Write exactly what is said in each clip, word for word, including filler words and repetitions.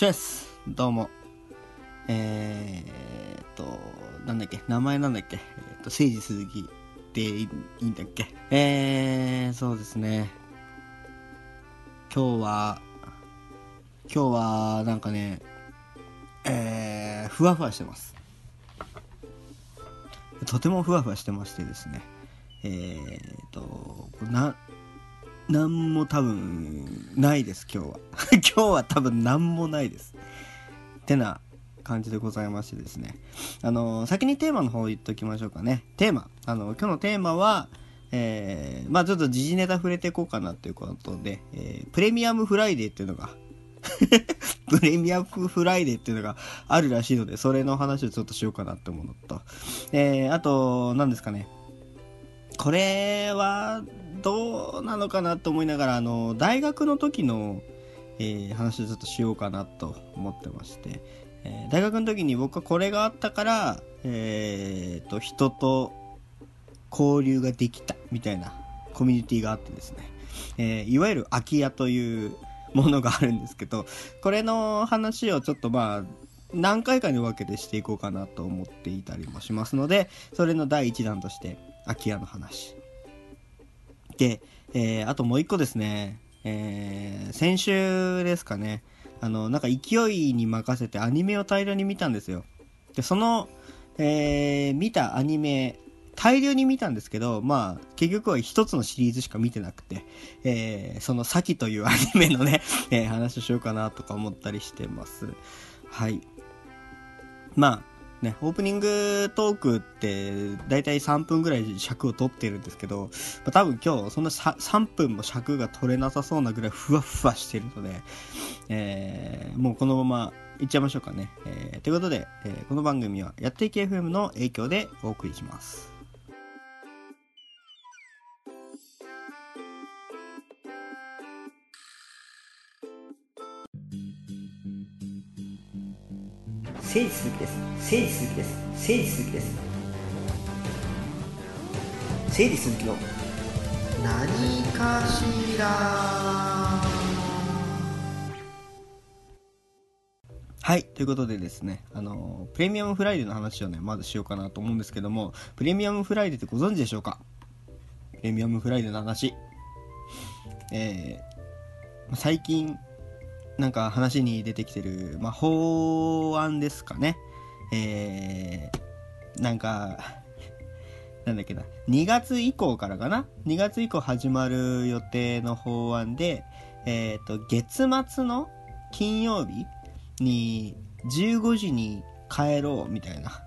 チェスどうもえー、っとなんだっけ名前なんだっけえー、っと誠治鈴木でいいんだっけえーそうですね今日は今日はなんかねえーふわふわしてます。とてもふわふわしてましてですねえー、っとななんも多分ないです今日は今日は多分なんもないですってな感じでございましてですね、あのー、先にテーマの方言っときましょうかね。テーマあの今日のテーマはえー、まあちょっと時事ネタ触れていこうかなということで、えー、プレミアムフライデーっていうのがプレミアムフライデーっていうのがあるらしいので、それの話をちょっとしようかなって思うのと、えー、あと何ですかね、これはどうなのかなと思いながら、あの大学の時の、えー、話をちょっとしようかなと思ってまして、えー、大学の時に僕はこれがあったから、えー、と人と交流ができたみたいなコミュニティがあってですね、えー、いわゆる空き家というものがあるんですけど、これの話をちょっとまあ何回かに分けてしていこうかなと思っていたりもしますので、それのだいいちだんとして空き家の話で、えー、あともう一個ですね、えー、先週ですかね、あのなんか勢いに任せてアニメを大量に見たんですよ。でその、えー、見たアニメ大量に見たんですけど、まあ結局は一つのシリーズしか見てなくて、えー、そのサキというアニメのね、えー、話をしようかなとか思ったりしてます。はい。まあね、オープニングトークってだいたいさんぷんぐらい尺を取ってるんですけど、まあ、多分今日そんなさんぷんも尺が取れなさそうなぐらいふわふわしてるので、えー、もうこのままいっちゃいましょうかね。えー、ということで、えー、この番組はやっていき エフエム の影響でお送りします。 誠治鈴木です。誠治鈴木です。誠治鈴木です。誠治鈴木の何かしら。 はい、ということでですね、あのプレミアムフライデーの話をねまずしようかなと思うんですけども、プレミアムフライデーってご存知でしょうか。プレミアムフライデーの話、えー、最近なんか話に出てきてる、まあ、法案ですかね。えー、なんかなんだっけな、にがつ以降からかな、にがつ以降始まる予定の法案で、えーと月末の金曜日にじゅうごじに帰ろうみたいな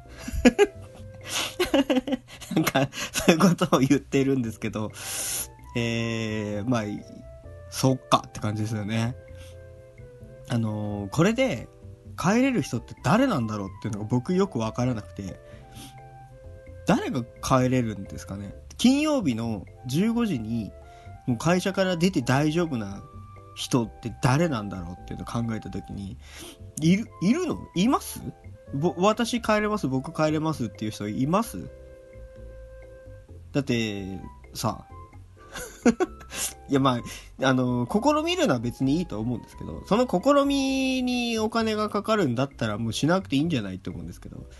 なんかそういうことを言ってるんですけど、えー、まあそっかって感じですよね。あのー、これで帰れる人って誰なんだろうっていうのが僕よく分からなくて、誰が帰れるんですかね。金曜日のじゅうごじにもう会社から出て大丈夫な人って誰なんだろうっていうのを考えた時に、いるいるのいますぼ私帰れます、僕帰れますっていう人います？だってさいやまあ、あの試みるのは別にいいと思うんですけど、その試みにお金がかかるんだったらもうしなくていいんじゃないと思うんですけど、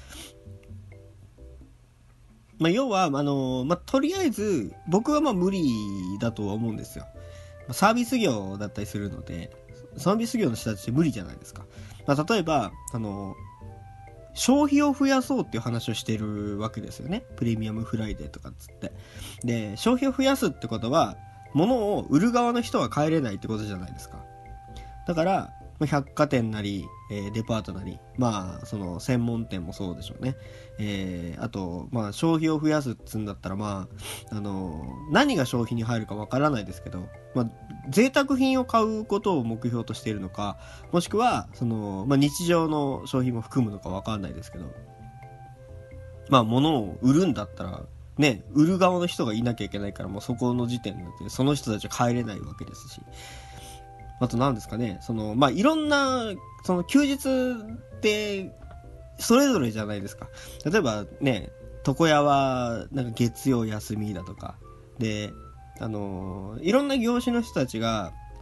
まあ、要はあの、まあ、とりあえず僕はまあ無理だとは思うんですよ。サービス業だったりするので、サービス業の人たちって無理じゃないですか。まあ、例えばあの消費を増やそうっていう話をしてるわけですよね。プレミアムフライデーとかっつって。で、消費を増やすってことは物を売る側の人は帰れないってことじゃないですか。だから百貨店なり、えー、デパートなり、まあその専門店もそうでしょうね。えー、あとまあ消費を増やすっつんだったら、まああのー、何が消費に入るかわからないですけど、まあ贅沢品を買うことを目標としているのか、もしくはその、まあ、日常の消費も含むのかわかんないですけど、まあ物を売るんだったらね、売る側の人がいなきゃいけないから、もうそこの時点でその人たちは帰れないわけですし、あと何ですかね、そのまあいろんなその休日ってそれぞれじゃないですか。例えばね、床屋はなんか月曜休みだとかで、あのー、いろんな業種の人たちが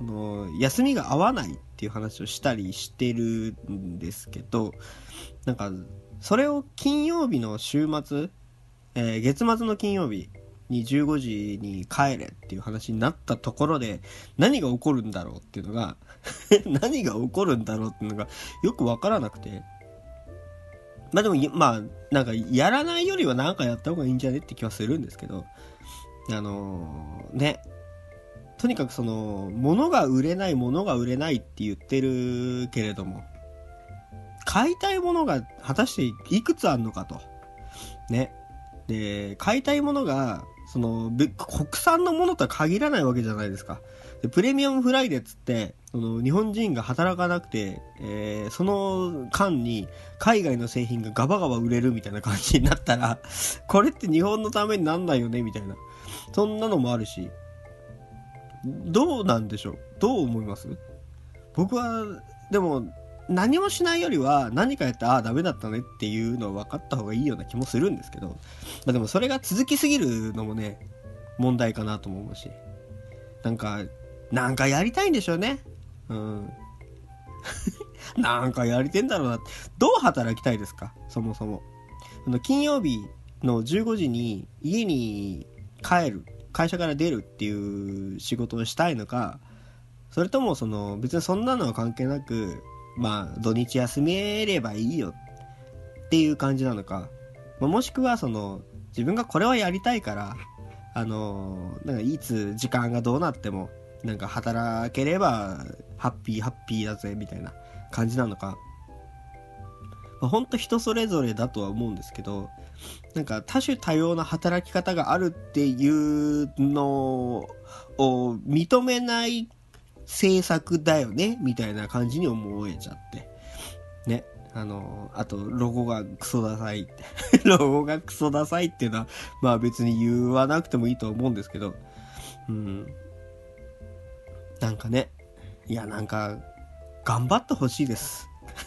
その休みが合わないっていう話をしたりしてるんですけど、なんかそれを金曜日の週末、えー、月末の金曜日にじゅうごじに帰れっていう話になったところで何が起こるんだろうっていうのが何が起こるんだろうっていうのがよくわからなくて、まあでもまあなんかやらないよりはなんかやった方がいいんじゃねって気はするんですけど、あのー、ねとにかくその物が売れない物が売れないって言ってるけれども、買いたいものが果たしていくつあるのかとね。で買いたいものがその国産のものとは限らないわけじゃないですか。でプレミアムフライデーっつってその日本人が働かなくて、えー、その間に海外の製品がガバガバ売れるみたいな感じになったらこれって日本のためになんないよねみたいな、そんなのもあるし、どうなんでしょう、どう思います？僕はでも何もしないよりは何かやってああダメだったねっていうのを分かった方がいいような気もするんですけど、まあ、でもそれが続きすぎるのもね問題かなとも思うし、なんかなんかやりたいんでしょうね。うんなんかやりてんだろうな。どう働きたいですかそもそも。金曜日のじゅうごじに家に帰る、会社から出るっていう仕事をしたいのか、それともその別にそんなのは関係なくまあ土日休めればいいよっていう感じなのか、まあ、もしくはその自分がこれはやりたいからあのなんかいつ時間がどうなってもなんか働ければハッピーハッピーだぜみたいな感じなのか、まあ、ほんと人それぞれだとは思うんですけど、なんか多種多様な働き方があるっていうのを認めない政策だよねみたいな感じに思えちゃってね。あのあとロゴがクソダサいってロゴがクソダサいっていうのはまあ別に言わなくてもいいと思うんですけど、うんなんかね、いやなんか頑張ってほしいです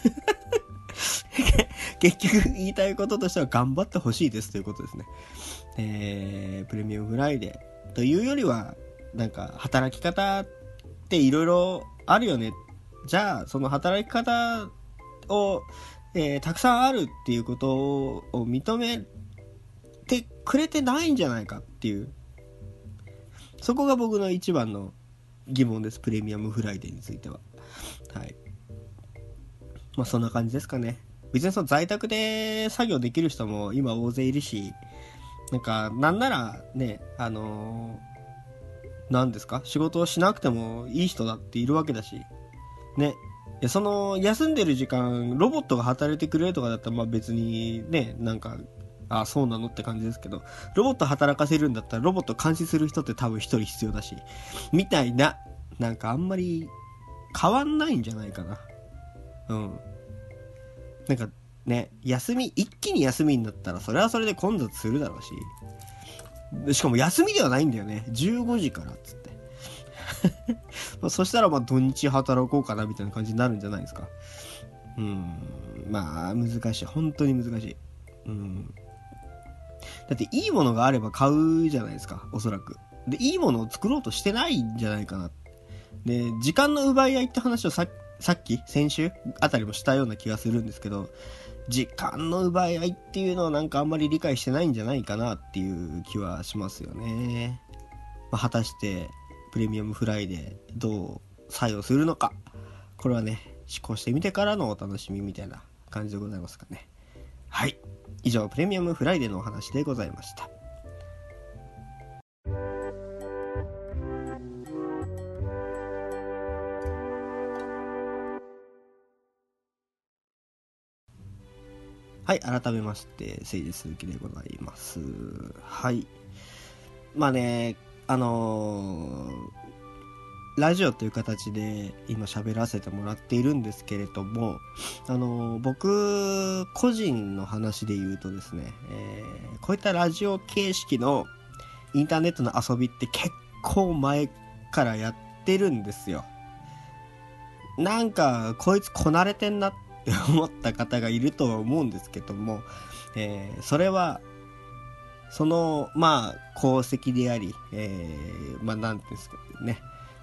結局言いたいこととしては頑張ってほしいですということですね。えー、プレミアムフライデーというよりはなんか働き方っていろいろあるよね。じゃあその働き方を、えー、たくさんあるっていうことを認めてくれてないんじゃないかっていう、そこが僕の一番の疑問です。プレミアムフライデーについては。はい。まあそんな感じですかね。別にその在宅で作業できる人も今大勢いるし、なんかなんならね、あのー、なんですか、仕事をしなくてもいい人だっているわけだしね。いやその休んでる時間ロボットが働いてくれるとかだったらまあ別にね、なんかあそうなのって感じですけど、ロボット働かせるんだったらロボット監視する人って多分一人必要だしみたいな、なんかあんまり変わんないんじゃないかな。うんなんかね、休み一気に休みになったらそれはそれで混雑するだろうし、しかも休みではないんだよね、じゅうごじからっつってそしたらまあ土日働こうかなみたいな感じになるんじゃないですか。うんまあ難しい、本当に難しい。うんだっていいものがあれば買うじゃないですか、おそらく。でいいものを作ろうとしてないんじゃないかな。で時間の奪い合いって話をささっき先週あたりもしたような気がするんですけど、時間の奪い合いっていうのをなんかあんまり理解してないんじゃないかなっていう気はしますよね。まあ、果たしてプレミアムフライでどう作用するのか、これはね試行してみてからのお楽しみみたいな感じでございますかね。はい、以上プレミアムフライデーのお話でございました。はい、改めましてせいじ鈴木でございます。はい、まあね、あのー、ラジオという形で今喋らせてもらっているんですけれども、あのー、僕個人の話で言うとですね、えー、こういったラジオ形式のインターネットの遊びって結構前からやってるんですよ。なんかこいつこなれてんなって思った方がいるとは思うんですけども、えー、それはそのまあ功績であり、えー、まあなんていうんですかね、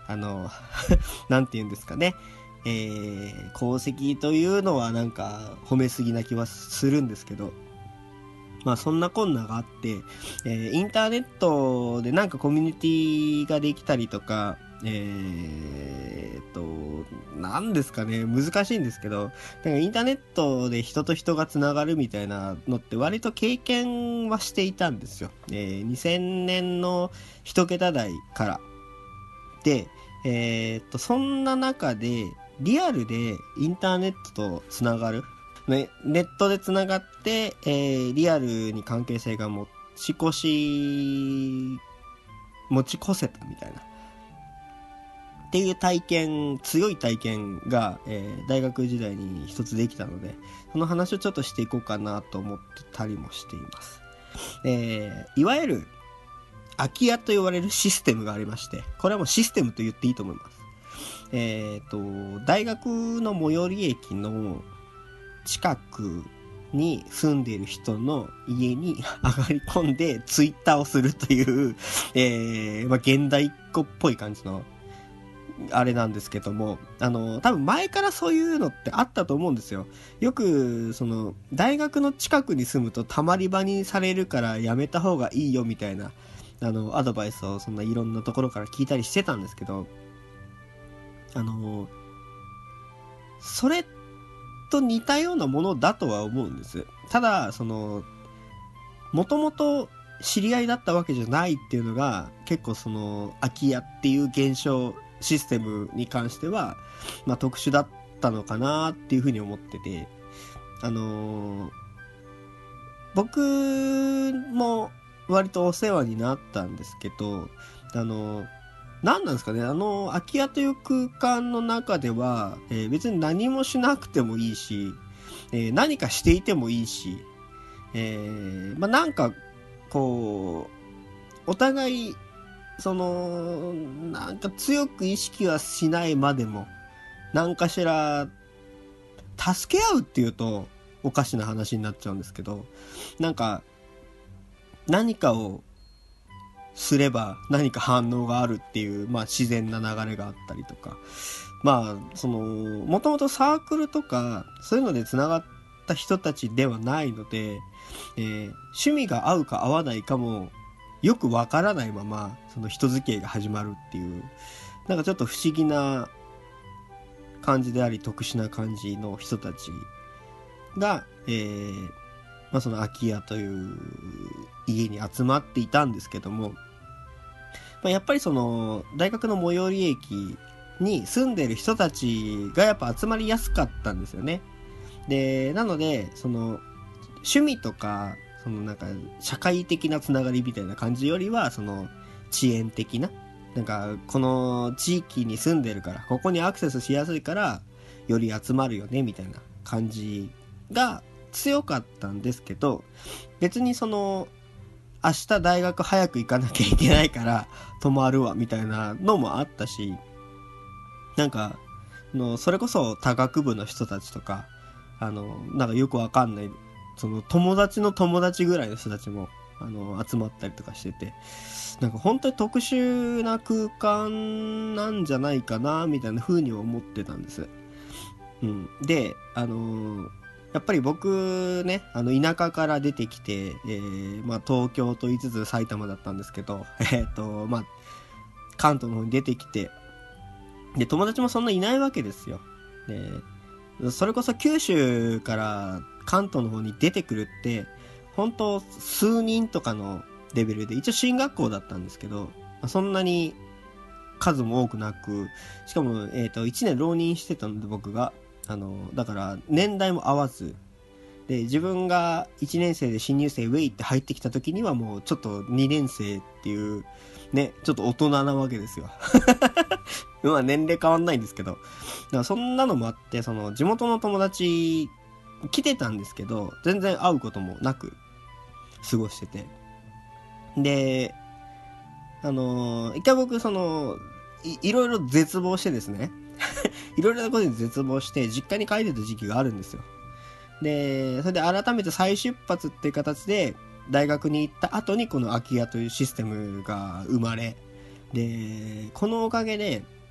あのなんて言うんですかね、えー、功績というのはなんか褒めすぎな気はするんですけど、まあそんなこんながあって、えー、インターネットでなんかコミュニティができたりとか、えーっと、なんですかね、難しいんですけど、なんかインターネットで人と人がつながるみたいなのって割と経験はしていたんですよ。えー、にせんねんの一桁台から。で、えーっと、そんな中で、リアルでインターネットとつながる、ね、ネットでつながって、えー、リアルに関係性が持ち越し、持ち越せたみたいな。っていう体験、強い体験が、えー、大学時代に一つできたので、その話をちょっとしていこうかなと思ってたりもしています。えー、いわゆる空き家と言われるシステムがありまして、これはもうシステムと言っていいと思います。えっと、大学の最寄り駅の近くに住んでいる人の家に上がり込んでツイッターをするという、えー、まあ、現代っ子っぽい感じのあれなんですけども、あの多分前からそういうのってあったと思うんですよ。よくその大学の近くに住むとたまり場にされるからやめた方がいいよみたいなあのアドバイスをそんないろんなところから聞いたりしてたんですけど、あのそれと似たようなものだとは思うんです。ただそのもともと知り合いだったわけじゃないっていうのが結構その空き家っていう現象システムに関しては、まあ、特殊だったのかなっていうふうに思ってて、あのー、僕も割とお世話になったんですけど、あのー、何なんですかね、あの空き家という空間の中では、えー、別に何もしなくてもいいし、えー、何かしていてもいいし、えー、まあなんかこうお互いそのなんか強く意識はしないまでも何かしら助け合うっていうとおかしな話になっちゃうんですけど、なんか何かをすれば何か反応があるっていう、まあ、自然な流れがあったりとか、まあそのもともとサークルとかそういうのでつながった人たちではないので、えー、趣味が合うか合わないかもよくわからないままその人付き合いが始まるっていう、なんかちょっと不思議な感じであり特殊な感じの人たちが、えーまあ、その空き家という家に集まっていたんですけども、まあ、やっぱりその大学の最寄り駅に住んでる人たちがやっぱ集まりやすかったんですよね。でなのでその趣味とかそのなんか社会的なつながりみたいな感じよりはその遅延的ななんかこの地域に住んでるからここにアクセスしやすいからより集まるよねみたいな感じが強かったんですけど、別にその明日大学早く行かなきゃいけないから泊まるわみたいなのもあったし、なんかのそれこそ多学部の人たちとかあのなんかよくわかんないその友達の友達ぐらいの人たちもあの集まったりとかしてて、なんか本当に特殊な空間なんじゃないかなみたいな風に思ってたんです。うん、であのー、やっぱり僕ねあの田舎から出てきて、えーまあ、東京と言いつつ埼玉だったんですけど、えーとまあ、関東の方に出てきてで友達もそんないないわけですよ。でそれこそ九州から関東の方に出てくるって本当数人とかのレベルで、一応進学校だったんですけどそんなに数も多くなく、しかも、えーと、いちねん浪人してたので僕があのだから年代も合わずで、自分がいちねん生で新入生ウェイって入ってきた時にはもうちょっとにねん生っていうねちょっと大人なわけですよまあ年齢変わんないんですけど、だからそんなのもあってその地元の友達来てたんですけど全然会うこともなく過ごしてて、であのー、一回僕その い, いろいろ絶望してですねいろいろなことに絶望して実家に帰ってた時期があるんですよ。でそれで改めて再出発っていう形で大学に行った後にこの空き家というシステムが生まれ、でこのおかげで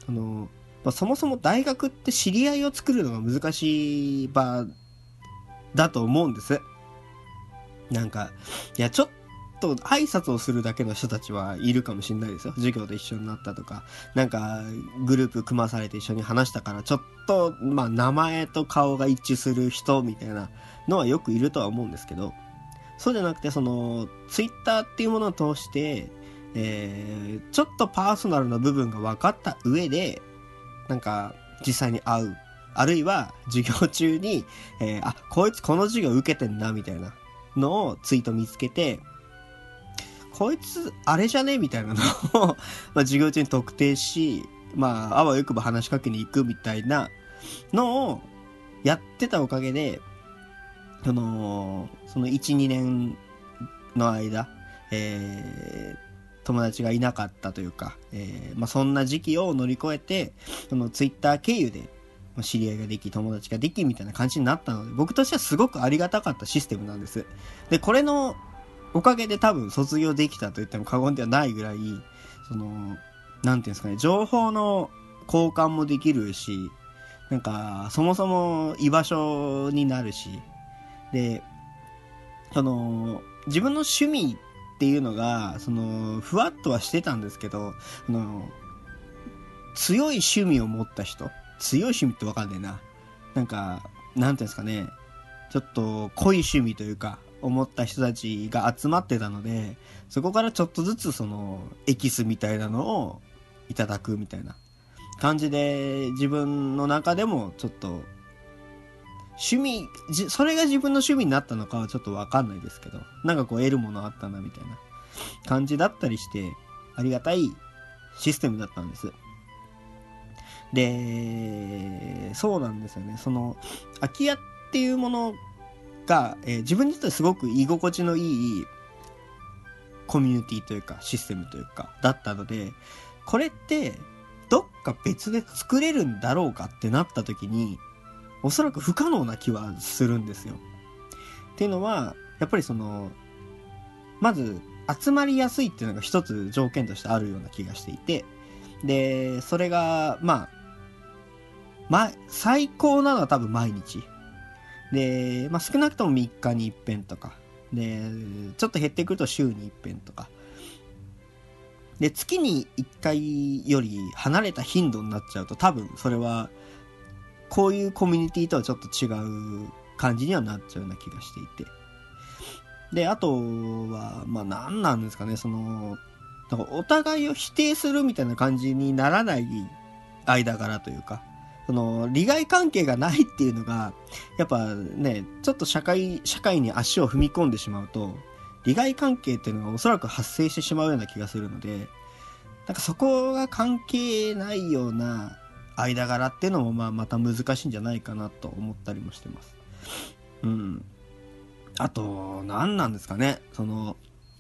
あの、まあ、そもそも大学って知り合いを作るのが難しい場だと思うんです。なんかいやちょっと挨拶をするだけの人たちはいるかもしれないですよ。授業で一緒になったとか、なんかグループ組まされて一緒に話したからちょっとまあ名前と顔が一致する人みたいなのはよくいるとは思うんですけど、そうじゃなくてそのツイッターっていうものを通して、えー、ちょっとパーソナルな部分が分かった上でなんか実際に会う、あるいは授業中に、えー、あこいつこの授業受けてんなみたいなのをツイート見つけて、こいつあれじゃねみたいなのをまあ授業中に特定し、まああわよくば話しかけに行くみたいなのをやってたおかげで、そのその いちにねんの間、えー、友達がいなかったというか、えーまあ、そんな時期を乗り越えて、そのツイッター経由で知り合いができ、友達ができみたいな感じになったので、僕としてはすごくありがたかったシステムなんです。でこれのおかげで多分卒業できたと言っても過言ではないぐらい、そのなんていうんですかね、情報の交換もできるし、なんかそもそも居場所になるし、でその自分の趣味っていうのがそのふわっとはしてたんですけど、あの強い趣味を持った人、強い趣味って分かんないな、なんかなんていうんですかね、ちょっと濃い趣味というか思った人たちが集まってたので、そこからちょっとずつそのエキスみたいなのをいただくみたいな感じで、自分の中でもちょっと趣味、それが自分の趣味になったのかはちょっと分かんないですけど、なんかこう得るものあったなみたいな感じだったりしてありがたいシステムだったんです。でそうなんですよね、その空き家っていうものが、えー、自分にとってすごく居心地のいいコミュニティというかシステムというかだったので、これってどっか別で作れるんだろうかってなった時におそらく不可能な気はするんですよ。っていうのはやっぱりそのまず集まりやすいっていうのが一つ条件としてあるような気がしていて、でそれがまあま最高なのは多分毎日で、まあ、少なくともみっかに一遍とかで、ちょっと減ってくると週に一遍とかで、月にいっかいより離れた頻度になっちゃうと多分それはこういうコミュニティとはちょっと違う感じにはなっちゃうような気がしていて、であとはまあ何なんですかね、そのなんかお互いを否定するみたいな感じにならない間柄というか、その利害関係がないっていうのがやっぱね、ちょっと社会社会に足を踏み込んでしまうと利害関係っていうのがおそらく発生してしまうような気がするので、なんかそこが関係ないような間柄っていうのもまあまた難しいんじゃないかなと思ったりもしてます。うん。あと何なんですかね、その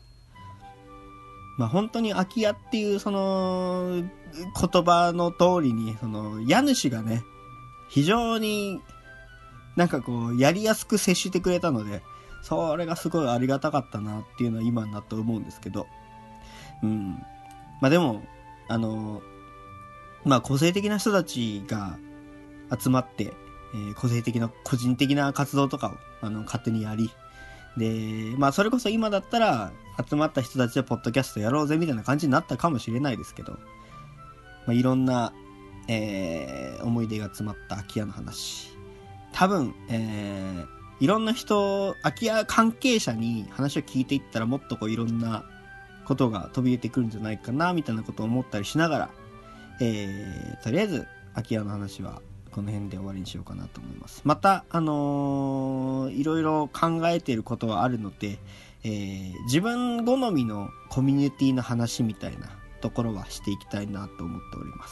まあ本当に空き家っていうその言葉の通りに、その家主がね非常になんかこうやりやすく接してくれたので、それがすごいありがたかったなっていうのは今になって思うんですけど、うんまあでもあのまあ個性的な人たちが集まって、えー、個性的な個人的な活動とかをあの勝手にやり、でまあそれこそ今だったら集まった人たちでポッドキャストやろうぜみたいな感じになったかもしれないですけど、まあ、いろんな、えー、思い出が詰まった空き家の話、多分、えー、いろんな人、空き家関係者に話を聞いていったらもっとこういろんなことが飛び出てくるんじゃないかなみたいなことを思ったりしながら、えー、とりあえず空き家の話はこの辺で終わりにしようかなと思います。またあのー、いろいろ考えていることはあるので、えー、自分好みのコミュニティの話みたいなところはしていきたいなと思っております。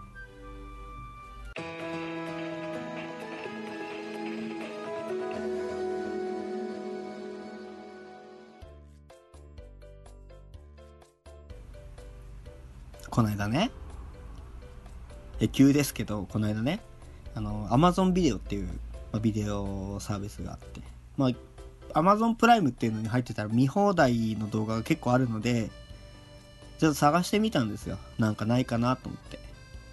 この間ね、え急ですけどこの間ね、あの Amazon ビデオっていう、まあ、ビデオサービスがあって、まあ Amazon プライムっていうのに入ってたら見放題の動画が結構あるので、ちょっと探してみたんですよ。なんかないかなと思って。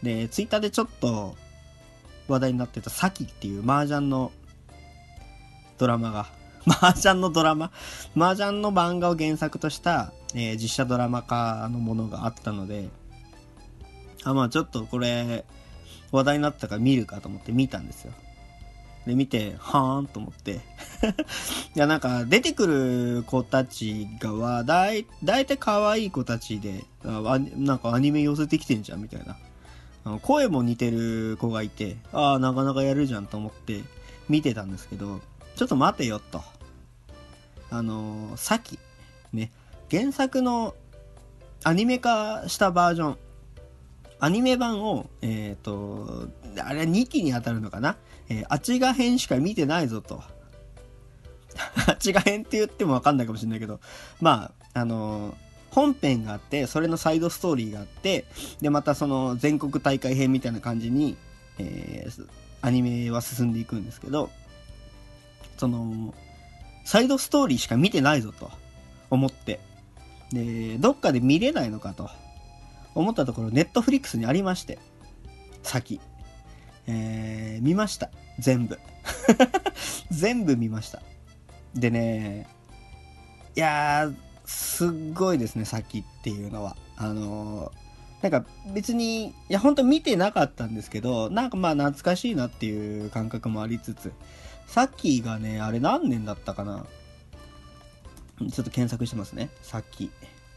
でツイッターでちょっと話題になってたサキっていう麻雀のドラマが麻雀のドラマ麻雀の漫画を原作とした、えー、実写ドラマ化のものがあったので、あまあちょっとこれ話題になったから見るかと思って見たんですよ。で見てはーんと思っていやなんか出てくる子たちがはだいだいたい可愛い子たちで、あなんかアニメ寄せてきてんじゃんみたいな、あの声も似てる子がいて、ああなかなかやるじゃんと思って見てたんですけど、ちょっと待てよと、あのー、さっきね原作のアニメ化したバージョン、アニメ版をえっ、ー、とあれにきに当たるのかな、えー、あちが編しか見てないぞとあちが編って言っても分かんないかもしれないけど、まああのー、本編があってそれのサイドストーリーがあって、でまたその全国大会編みたいな感じに、えー、アニメは進んでいくんですけど、そのサイドストーリーしか見てないぞと思って、でどっかで見れないのかと思ったところ、ネットフリックスにありまして、先、えー、見ました。全部全部見ました。でね、いやーすっごいですね、先っていうのは。あのー、なんか別にいや本当見てなかったんですけど、なんかまあ懐かしいなっていう感覚もありつつ、さっきがねあれ何年だったかな、ちょっと検索してますね。さっき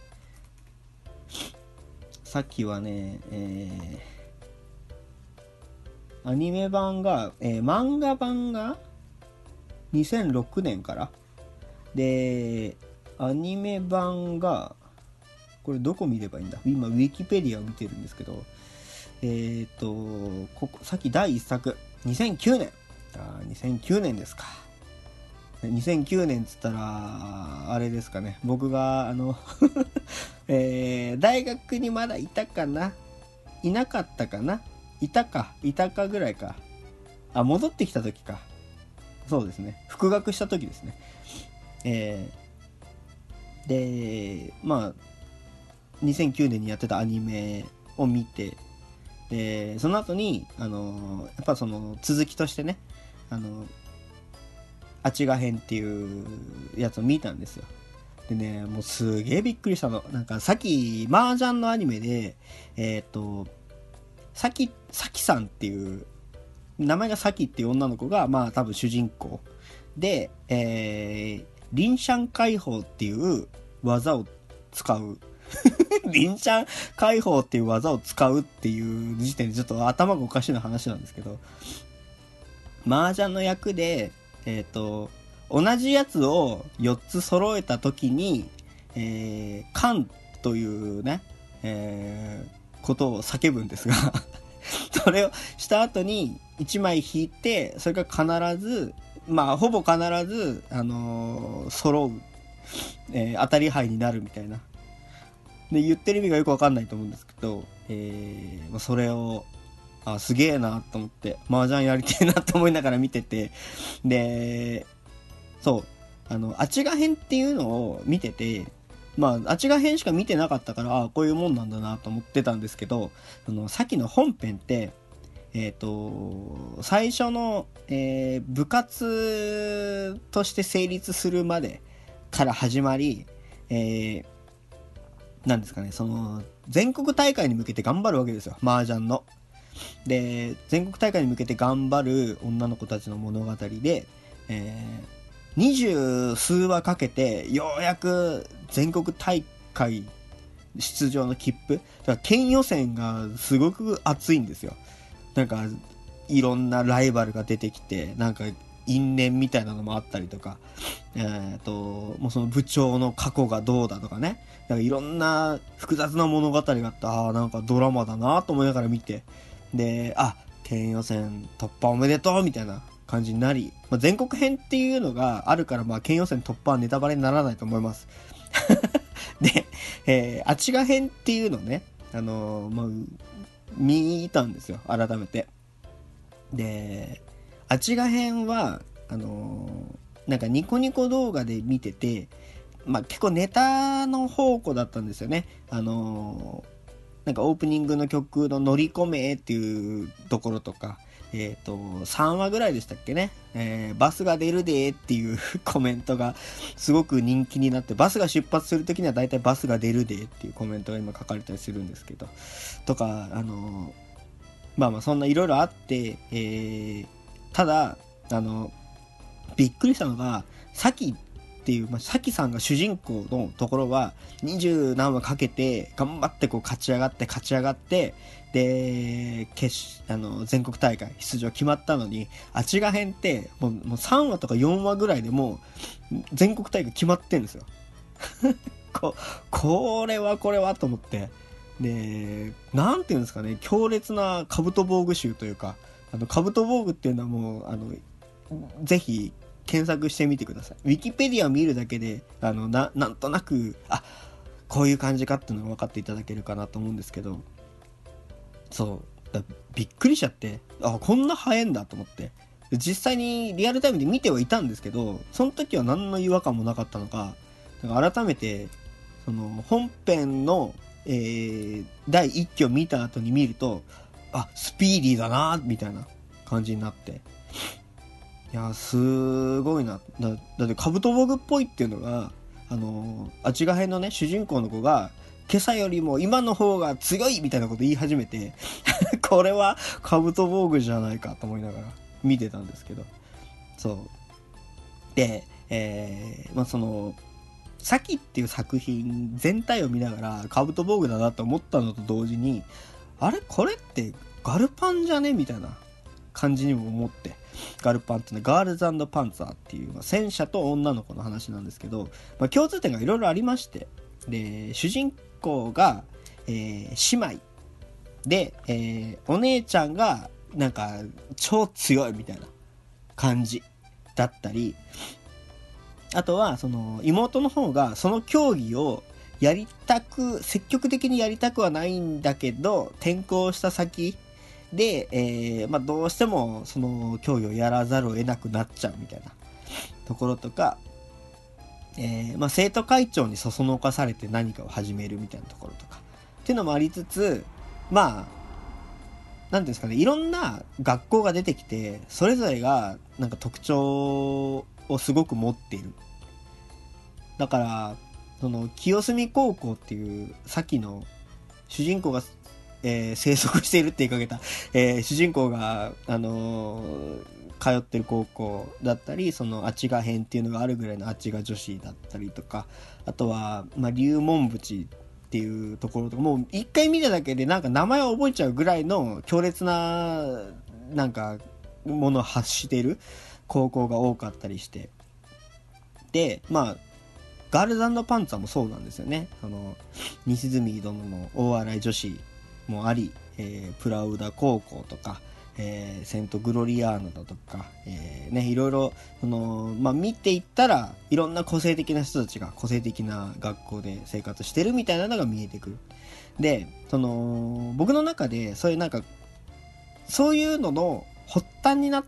さっきはね、えー、アニメ版が、えー、漫画版がにせんろくねんからで、アニメ版がこれどこ見ればいいんだ、今ウィキペディアを見てるんですけど、えっ、ー、とここさっきだいいっさくにせんきゅうねん、あにせんきゅうねんですか。にせんきゅうねんっつったらあれですかね、僕があの、えー、大学にまだいたかな、いなかったかな、いたかいたかぐらいか、あ戻ってきた時か、そうですね、復学した時ですね。えー、でまあにせんきゅうねんにやってたアニメを見て、でその後にあのやっぱその続きとしてね、あのあちが編っていうやつを見たんですよ。でね、もうすげえびっくりしたの。なんかさっき麻雀のアニメでえっ、ー、とさきさきさんっていう名前がさきっていう女の子がまあ多分主人公で、えー、リンシャン解放っていう技を使うリンシャン解放っていう技を使うっていう時点でちょっと頭がおかしな話なんですけど、麻雀の役でえっ、ー、と同じやつをよっつ揃えた時に、えー、カンというね、えー、ことを叫ぶんですがそれをした後にいちまい引いて、それが必ずまあほぼ必ず、あのー、揃う、えー、当たり牌になるみたいなで、言ってる意味がよくわかんないと思うんですけど、えー、それをあすげえなと思って麻雀やりてえなと思いながら見てて、でそうあのあちが編っていうのを見てて、まああちが編しか見てなかったから、あこういうもんなんだなと思ってたんですけど、そのさっきの本編ってえっ、ー、と最初の、えー、部活として成立するまでから始まり、えー、なんですかね、その全国大会に向けて頑張るわけですよ、麻雀の。で全国大会に向けて頑張る女の子たちの物語で、えー、二十数話かけてようやく全国大会出場の切符だから県予選がすごく熱いんですよ。なんかいろんなライバルが出てきて、なんか因縁みたいなのもあったりとか、えー、ともうその部長の過去がどうだとかね、なんかいろんな複雑な物語があって、ああなんかドラマだなと思いながら見て、であ県予選突破おめでとうみたいな感じになり、まあ、全国編っていうのがあるから、まあ県予選突破はネタバレにならないと思いますで、えー、あちが編っていうのね、あのー、まあ見たんですよ改めて。であちが編はあのー、なんかニコニコ動画で見てて、まあ結構ネタの宝庫だったんですよね。あのーなんかオープニングの曲の乗り込めっていうところとか、えっと、さんわぐらいでしたっけね、えー、バスが出るでっていうコメントがすごく人気になって、バスが出発するときには大体バスが出るでっていうコメントが今書かれたりするんですけど、とか、あの、まあまあそんないろいろあって、えー、ただ、あの、びっくりしたのが、さきっていう、まあ、さきさんが主人公のところは、二十何話かけて、頑張ってこう勝ち上がって、勝ち上がって、で、決あの全国大会出場決まったのに、あちが編って、もう、もうさんわとかよんわぐらいでもう、全国大会決まってんですよ。こ、これはこれはと思って。で、なんていうんですかね、強烈なカブト防具集というか、あの、カブト防具っていうのはもう、あの、ぜひ検索してみてください。ウィキペディアを見るだけで、あの、な、なんとなく、あ、こういう感じかっていうのが分かっていただけるかなと思うんですけど、そう、だびっくりしちゃって、あ、こんな早いんだと思って。実際にリアルタイムで見てはいたんですけど、その時は何の違和感もなかったのか、だから改めて、その、本編の、えー、だいいっきを見た後に見ると、あ、スピーディーだなみたいな感じになって、いやすごいな。だだってカブトボグっぽいっていうのが、あのあちが編のね主人公の子が今朝よりも今の方が強いみたいなこと言い始めてこれはカブトボグじゃないかと思いながら見てたんですけど、そうで、えー、まあそのサキっていう作品全体を見ながらカブトボグだなと思ったのと同時に、あれこれってガルパンじゃねみたいな感じにも思って、ガルパンっていうのはガールズ&パンツァーっていう、まあ、戦車と女の子の話なんですけど、まあ、共通点がいろいろありまして、で主人公が、えー、姉妹で、えー、お姉ちゃんがなんか超強いみたいな感じだったり、あとはその妹の方がその競技をやりたく積極的にやりたくはないんだけど、転校した先で、えーまあ、どうしてもその競技をやらざるを得なくなっちゃうみたいなところとか、えーまあ、生徒会長にそそのかされて何かを始めるみたいなところとかっていうのもありつつ、まあなんていうんですかね、いろんな学校が出てきてそれぞれがなんか特徴をすごく持っている。だからその清澄高校っていうさっきの主人公がえー、生息しているって言いかけた、えー、主人公が、あのー、通ってる高校だったり、そのあちが編っていうのがあるぐらいのあちが女子だったりとか、あとは、まあ、龍門淵っていうところとか、もう一回見ただけでなんか名前を覚えちゃうぐらいの強烈ななんかものを発している高校が多かったりして、でまあガールズ&パンツァーもそうなんですよね。その西住殿の大洗女子もあり、えー、プラウダ高校とか、えー、セントグロリアーノだとか、えー、ね、いろいろその、まあ、見ていったらいろんな個性的な人たちが個性的な学校で生活してるみたいなのが見えてくる。でその僕の中でそういうなんかそういうのの発端になった、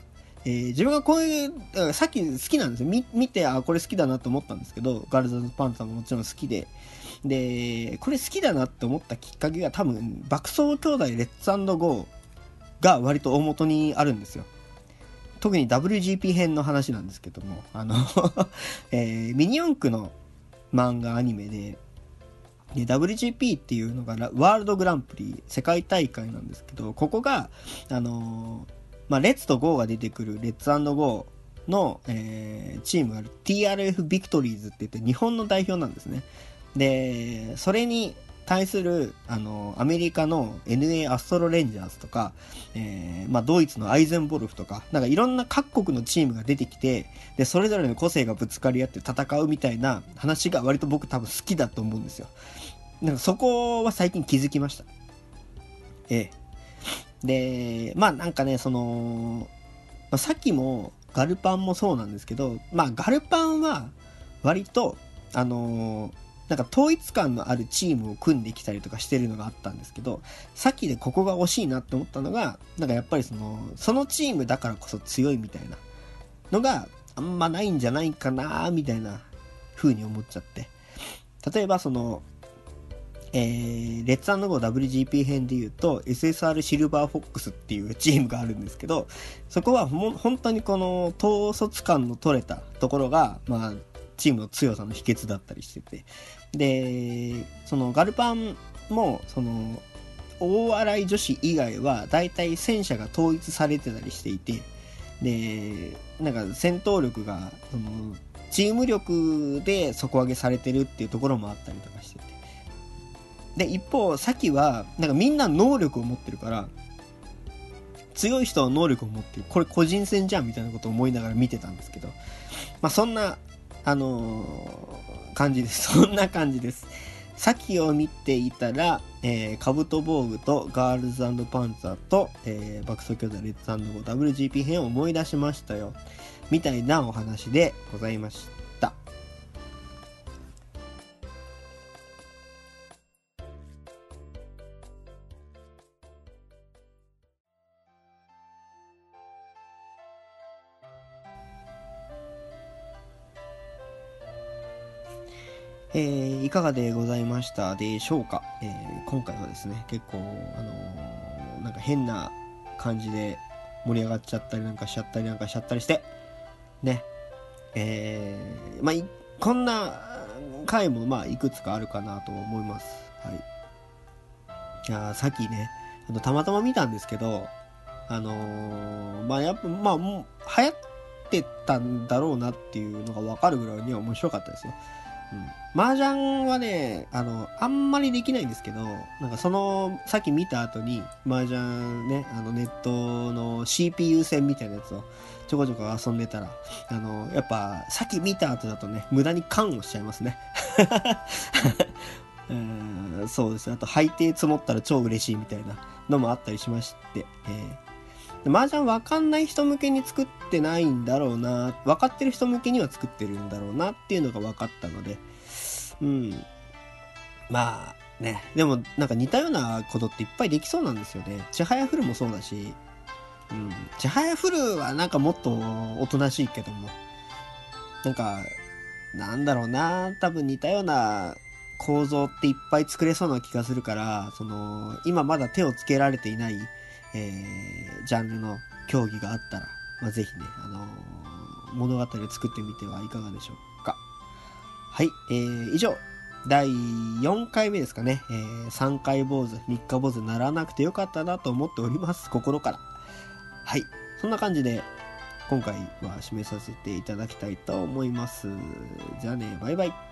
えー、自分がこういうさっき好きなんですよ。 見, 見てあこれ好きだなと思ったんですけど、ガールズ&パンツァーももちろん好きで、でこれ好きだなって思ったきっかけが多分爆走兄弟レッツ&ゴーが割と大元にあるんですよ。特に ダブリュージーピー 編の話なんですけども、あの、えー、ミニ四駆の漫画アニメで、で ダブリュージーピー っていうのがワールドグランプリ世界大会なんですけど、ここがあのー、まあレッツとゴーが出てくるレッツ&ゴーの、えー、チームがある ティーアールエフ ビクトリーズって言って日本の代表なんですね。でそれに対するあのアメリカの エヌエー アストロレンジャーズとか、えーまあ、ドイツのアイゼンボルフとか、なんかいろんな各国のチームが出てきて、でそれぞれの個性がぶつかり合って戦うみたいな話が割と僕多分好きだと思うんですよ。なんかそこは最近気づきました。ええ。でまあなんかね、その、まあ、さっきもガルパンもそうなんですけど、まあガルパンは割とあのーなんか統一感のあるチームを組んできたりとかしてるのがあったんですけど、さっきでここが惜しいなって思ったのが、なんかやっぱりそのそのチームだからこそ強いみたいなのがあんまないんじゃないかなみたいな風に思っちゃって、例えばそのえー、レッツ&ゴー ダブリュージーピー 編でいうと エスエスアール シルバーフォックスっていうチームがあるんですけど、そこはほ本当にこの統率感の取れたところが、まあ、チームの強さの秘訣だったりしてて、でそのガルパンもその大洗女子以外はだいたい戦車が統一されてたりしていて、でなんか戦闘力がそのチーム力で底上げされてるっていうところもあったりとかしてて、で一方サキはなんかみんな能力を持ってるから、強い人は能力を持ってる、これ個人戦じゃんみたいなことを思いながら見てたんですけど、まあそんなあのー、感じですそんな感じです。サキを見ていたら、えー、カブト防具とガールズ&パンツァーと、えー、爆走兄弟レッツ&ゴー ダブリュージーピー 編を思い出しましたよみたいなお話でございました。えー、いかがでございましたでしょうか。えー、今回はですね結構あのー、なんか変な感じで盛り上がっちゃったりなんかしちゃったりなんかしちゃったりしてね、えー、まあこんな回もまあいくつかあるかなと思います。はい。いやさっきねあのたまたま見たんですけど、あのー、まあやっぱまあもう流行ってたんだろうなっていうのが分かるぐらいには面白かったですよ。うん、麻雀はねあのあんまりできないんですけど、なんかそのさっき見た後に麻雀ねあのネットの シーピーユー 戦みたいなやつをちょこちょこ遊んでたら、あのやっぱさっき見た後だとね無駄にカンをしちゃいますねうんそうです。あと配定積もったら超嬉しいみたいなのもあったりしまして、えー、麻雀分かんない人向けに作ってないんだろうな、分かってる人向けには作ってるんだろうなっていうのが分かったので、うんまあね、でもなんか似たようなことっていっぱいできそうなんですよね。ちはやふるもそうだし、うん、ちはやふるはなんかもっとおとなしいけども、なんかなんだろうな、多分似たような構造っていっぱい作れそうな気がするから、その今まだ手をつけられていない、えー、ジャンルの競技があったら、まあ、ぜひね、あのー、物語を作ってみてはいかがでしょうか。はい、えー、以上だいよんかいめですかね、えー、さんかい坊主みっか坊主ならなくてよかったなと思っております、心から。はい、そんな感じで今回は締めさせていただきたいと思います。じゃあね、バイバイ。